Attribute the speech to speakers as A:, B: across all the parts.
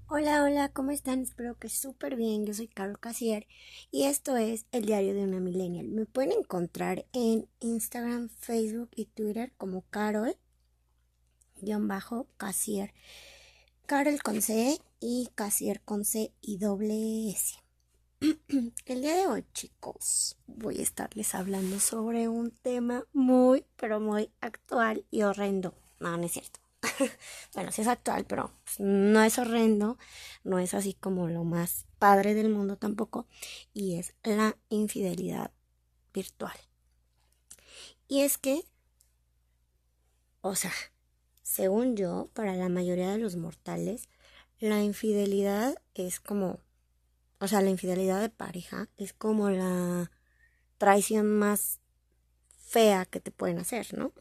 A: Hola, hola, ¿cómo están? Espero que súper bien. Yo soy Carol Casier y esto es el diario de una millennial. Me pueden encontrar en Instagram, Facebook y Twitter como Carol-Casier. Carol con C y Casier con C y doble S. El día de hoy, chicos, voy a estarles hablando sobre un tema muy, pero muy actual y horrendo. No, no es cierto. Bueno, sí es actual, pero pues, no es horrendo, no es así como lo más padre del mundo tampoco, y es la infidelidad virtual. Y es que, o sea, según yo, para la mayoría de los mortales, la infidelidad es como, o sea, la infidelidad de pareja es como la traición más fea que te pueden hacer, ¿no?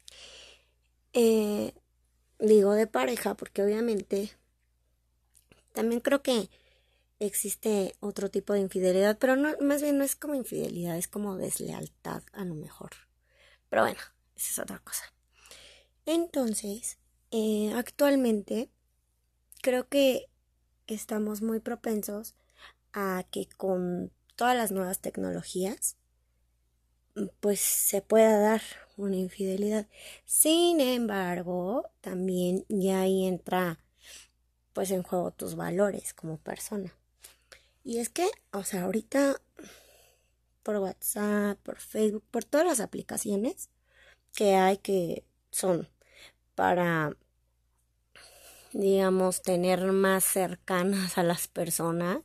A: Eh, Digo de pareja porque obviamente también creo que existe otro tipo de infidelidad, pero no, más bien no es como infidelidad, es como deslealtad a lo mejor. Pero bueno, esa es otra cosa. Entonces, actualmente creo que estamos muy propensos a que con todas las nuevas tecnologías, pues se pueda dar una infidelidad. Sin embargo, también ya ahí entra pues en juego tus valores como persona. Y es que, o sea, ahorita por WhatsApp, por Facebook, por todas las aplicaciones que hay que son para, digamos, tener más cercanas a las personas,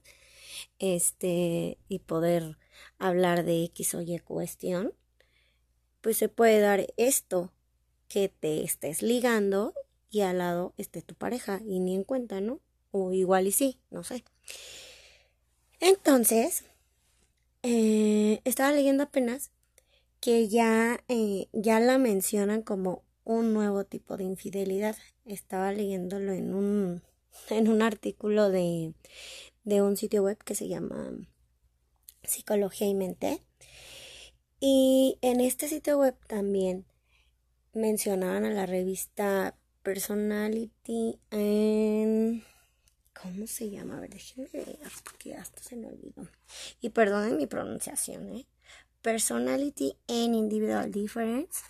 A: y poder hablar de X o Y cuestión, pues se puede dar esto, que te estés ligando y al lado esté tu pareja y ni en cuenta, ¿no? O igual y sí, no sé. Entonces, estaba leyendo apenas que ya la mencionan como un nuevo tipo de infidelidad. Estaba leyéndolo en un artículo de un sitio web que se llama Psicología y Mente. Y en este sitio web también mencionaban a la revista Personality en... ¿Cómo se llama? A ver, déjenme ver, porque hasta se me olvidó. Y perdonen mi pronunciación, ¿eh? Personality and Individual Difference.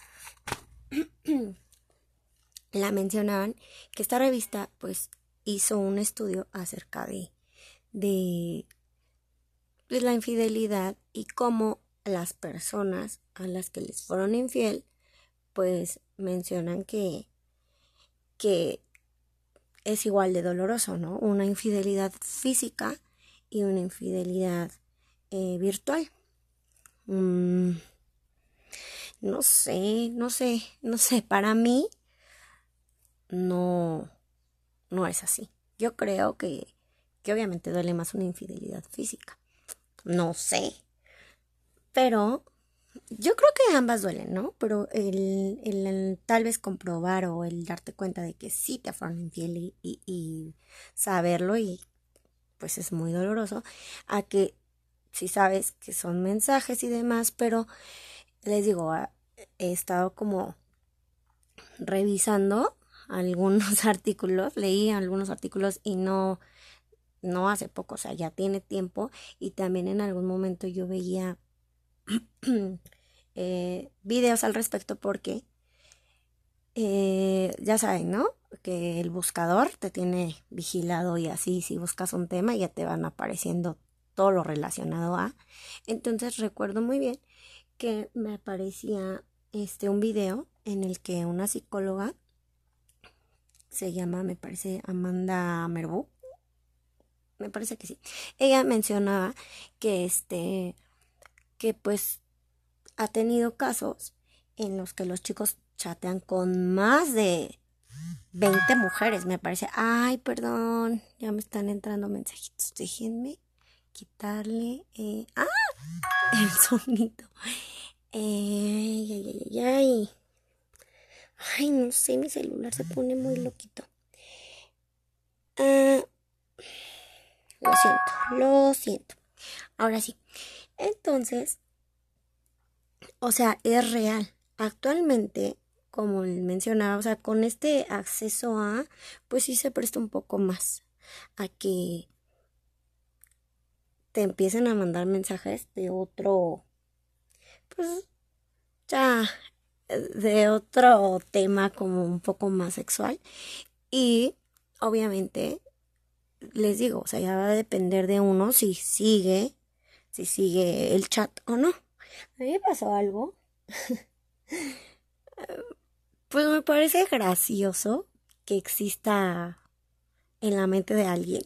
A: La mencionaban que esta revista pues hizo un estudio acerca de, de la infidelidad y cómo las personas a las que les fueron infiel pues mencionan que es igual de doloroso, ¿no? Una infidelidad física y una infidelidad virtual. Mm, no sé, para mí no, no es así. Yo creo que obviamente duele más una infidelidad física. No sé, pero yo creo que ambas duelen, ¿no? Pero el tal vez comprobar o el darte cuenta de que sí te fueron infiel y saberlo y pues es muy doloroso, a que si sabes que son mensajes y demás, pero les digo, he estado como revisando algunos artículos, leí algunos artículos y no hace poco, o sea, ya tiene tiempo y también en algún momento yo veía videos al respecto porque ya saben, ¿no? Que el buscador te tiene vigilado y así si buscas un tema ya te van apareciendo todo lo relacionado a. Entonces recuerdo muy bien que me aparecía un video en el que una psicóloga se llama, me parece, Amanda Merbu, me parece que sí. Ella mencionaba que que pues ha tenido casos en los que los chicos chatean con más de 20 mujeres, me parece. Ay, perdón, ya me están entrando mensajitos. Déjenme quitarle el sonido. Ay, ay, ay, ay. Ay, no sé, mi celular se pone muy loquito. Ah, lo siento. Ahora sí. Entonces, o sea, es real. Actualmente, como mencionaba, o sea, con este acceso a, pues sí se presta un poco más. a que te empiecen a mandar mensajes de otro, pues ya, de otro tema como un poco más sexual. Y obviamente, les digo, o sea, ya va a depender de uno si sigue el chat o no. A mí me pasó algo, pues me parece gracioso que exista en la mente de alguien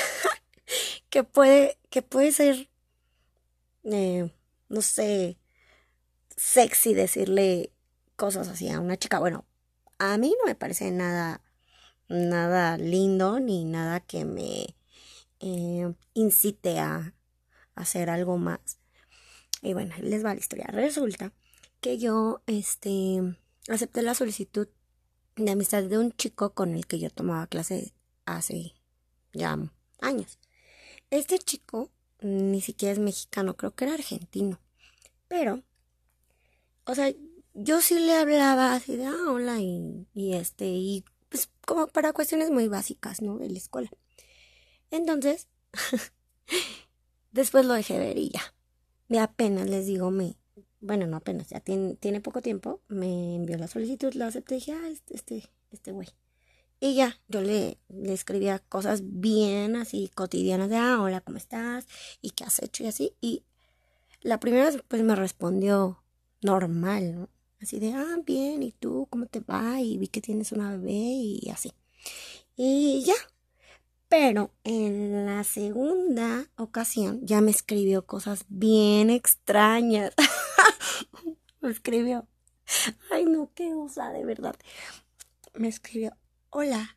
A: que puede ser, eh, no sé, sexy decirle cosas así a una chica. Bueno, a mí no me parece nada lindo ni nada que me incite a hacer algo más. Y bueno, ahí les va la historia. Resulta que yo, acepté la solicitud de amistad de un chico con el que yo tomaba clase hace ya años. Este chico ni siquiera es mexicano, creo que era argentino. Pero, o sea, yo sí le hablaba así de, hola, y pues como para cuestiones muy básicas, ¿no? De la escuela. Entonces, después lo dejé ver y ya. De apenas les digo, bueno, no apenas, ya tiene poco tiempo, me envió la solicitud, la acepté y dije, este güey. Y ya, yo le escribía cosas bien así cotidianas de, hola, ¿cómo estás? ¿Y qué has hecho? Y así. Y la primera vez pues me respondió normal, ¿no? Así de, bien, ¿y tú cómo te va? Y vi que tienes una bebé y así. Y ya. Pero en la segunda ocasión ya me escribió cosas bien extrañas. Me escribió, ay no, qué osa, de verdad. Me escribió, hola.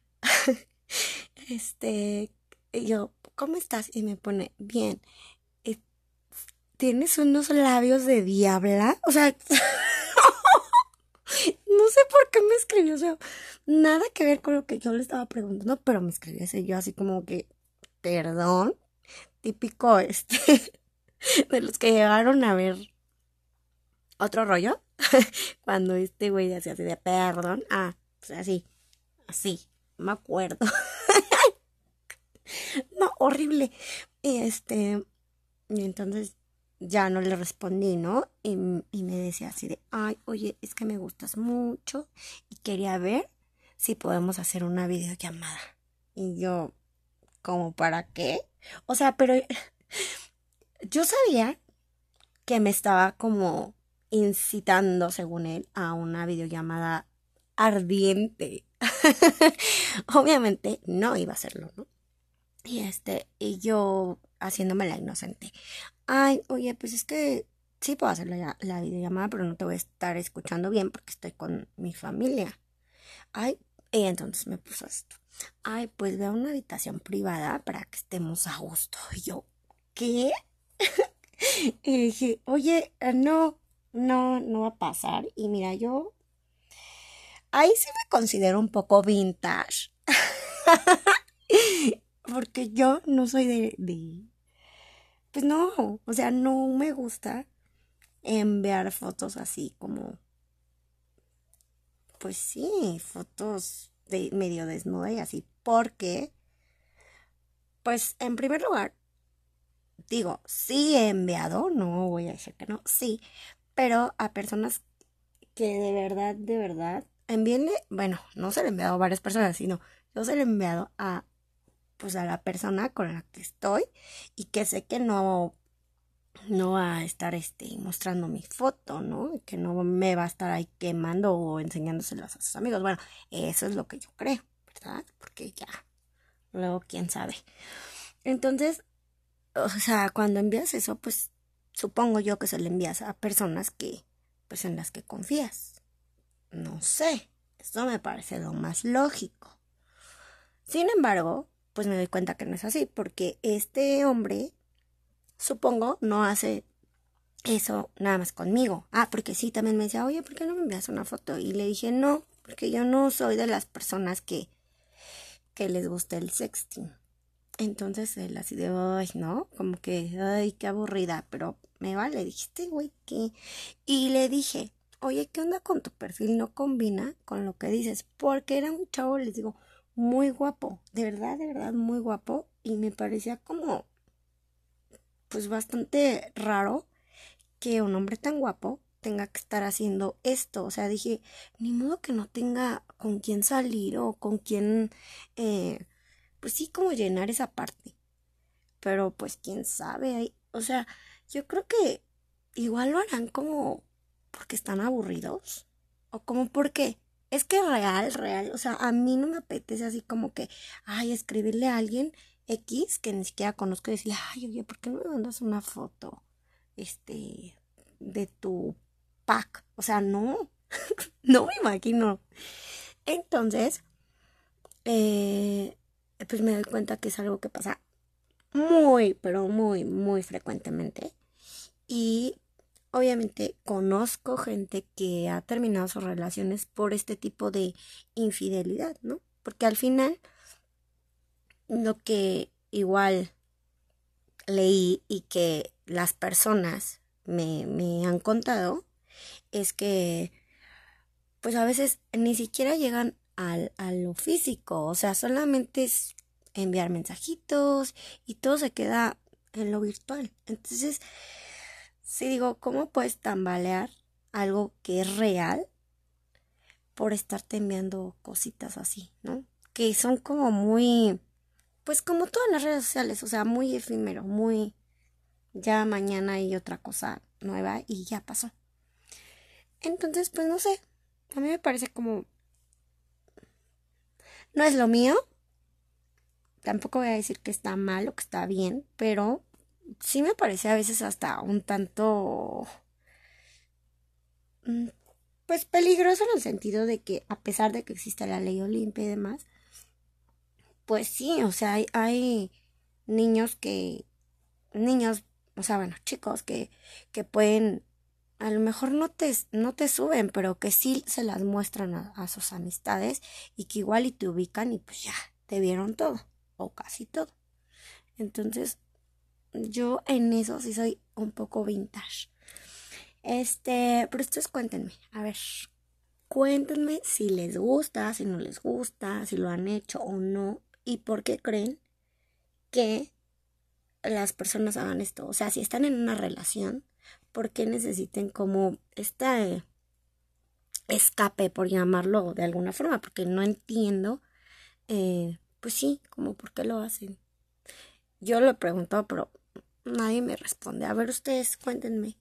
A: Y yo, ¿cómo estás? Y me pone, bien. eh, ¿Tienes unos labios de diabla? O sea, no sé por qué me escribió, o sea, nada que ver con lo que yo le estaba preguntando, pero me escribió ese yo así como que, perdón, típico de los que llegaron a ver otro rollo, cuando este güey decía así de perdón, pues así, no me acuerdo, no, horrible, y y entonces ya no le respondí, ¿no? Y me decía así de, ay, oye, es que me gustas mucho y quería ver si podemos hacer una videollamada. Y yo, ¿como para qué? O sea, pero yo sabía que me estaba como incitando, según él, a una videollamada ardiente. Obviamente no iba a hacerlo, ¿no? Y yo haciéndome la inocente. Ay, oye, pues es que sí puedo hacer la videollamada, pero no te voy a estar escuchando bien porque estoy con mi familia. Ay, y entonces me puso esto. Ay, pues ve a una habitación privada para que estemos a gusto. Y yo, ¿qué? Y dije, oye, no va a pasar. Y mira, yo ahí sí me considero un poco vintage. Porque yo no soy pues no, o sea, no me gusta enviar fotos así como, pues sí, fotos de medio desnuda y así, porque, pues en primer lugar, digo, sí he enviado, no voy a decir que no, sí, pero a personas que de verdad, envíenle, bueno, no se lo he enviado a varias personas, sino yo se lo he enviado pues a la persona con la que estoy y que sé que no va a estar mostrando mi foto, ¿no? Que no me va a estar ahí quemando o enseñándoselas a sus amigos. Bueno, eso es lo que yo creo, ¿verdad? Porque ya, luego quién sabe. Entonces, o sea, cuando envías eso, pues supongo yo que se le envías a personas pues en las que confías. No sé, esto me parece lo más lógico. Sin embargo, pues me doy cuenta que no es así, porque este hombre, supongo, no hace eso nada más conmigo. Porque sí, también me decía, oye, ¿por qué no me envías una foto? Y le dije, no, porque yo no soy de las personas que les gusta el sexting. Entonces él así de, ay, ¿no? Como que, ay, qué aburrida, pero me vale, dijiste, güey, ¿qué? Y le dije, oye, ¿qué onda con tu perfil? No combina con lo que dices, porque era un chavo, les digo, muy guapo, de verdad, muy guapo. Y me parecía como, pues bastante raro que un hombre tan guapo tenga que estar haciendo esto. O sea, dije, ni modo que no tenga con quién salir o con quién, pues sí, como llenar esa parte. Pero pues quién sabe, o sea, yo creo que igual lo harán como porque están aburridos o como porque es que real, o sea, a mí no me apetece así como que, ay, escribirle a alguien X que ni siquiera conozco y decirle, ay, oye, ¿por qué no me mandas una foto, este, de tu pack? O sea, no, no me imagino. Entonces, eh, pues me doy cuenta que es algo que pasa muy, pero muy, muy frecuentemente. Y obviamente conozco gente que ha terminado sus relaciones por este tipo de infidelidad, ¿no? Porque al final lo que igual leí y que las personas me han contado es que pues a veces ni siquiera llegan a lo físico, o sea, solamente es enviar mensajitos y todo se queda en lo virtual. Entonces, sí digo, ¿cómo puedes tambalear algo que es real por estarte enviando cositas así, ¿no? Que son como muy, pues como todas las redes sociales, o sea, muy efímero, muy, ya mañana hay otra cosa nueva y ya pasó. Entonces, pues no sé, a mí me parece como, no es lo mío, tampoco voy a decir que está mal o que está bien, pero sí me parece a veces hasta un tanto, mm, pues peligroso en el sentido de que a pesar de que existe la ley Olimpia y demás, pues sí, o sea, hay niños niños, o sea, bueno, chicos que pueden, a lo mejor no te suben, pero que sí se las muestran a sus amistades y que igual y te ubican y pues ya, te vieron todo, o casi todo. Entonces, yo en eso sí soy un poco vintage. Pero ustedes cuéntenme, a ver, cuéntenme si les gusta, si no les gusta, si lo han hecho o no, y por qué creen que las personas hagan esto. O sea, si están en una relación, ¿por qué necesiten como este escape, por llamarlo de alguna forma? Porque no entiendo, pues sí, como por qué lo hacen. Yo lo he preguntado, pero nadie me responde. A ver, ustedes cuéntenme.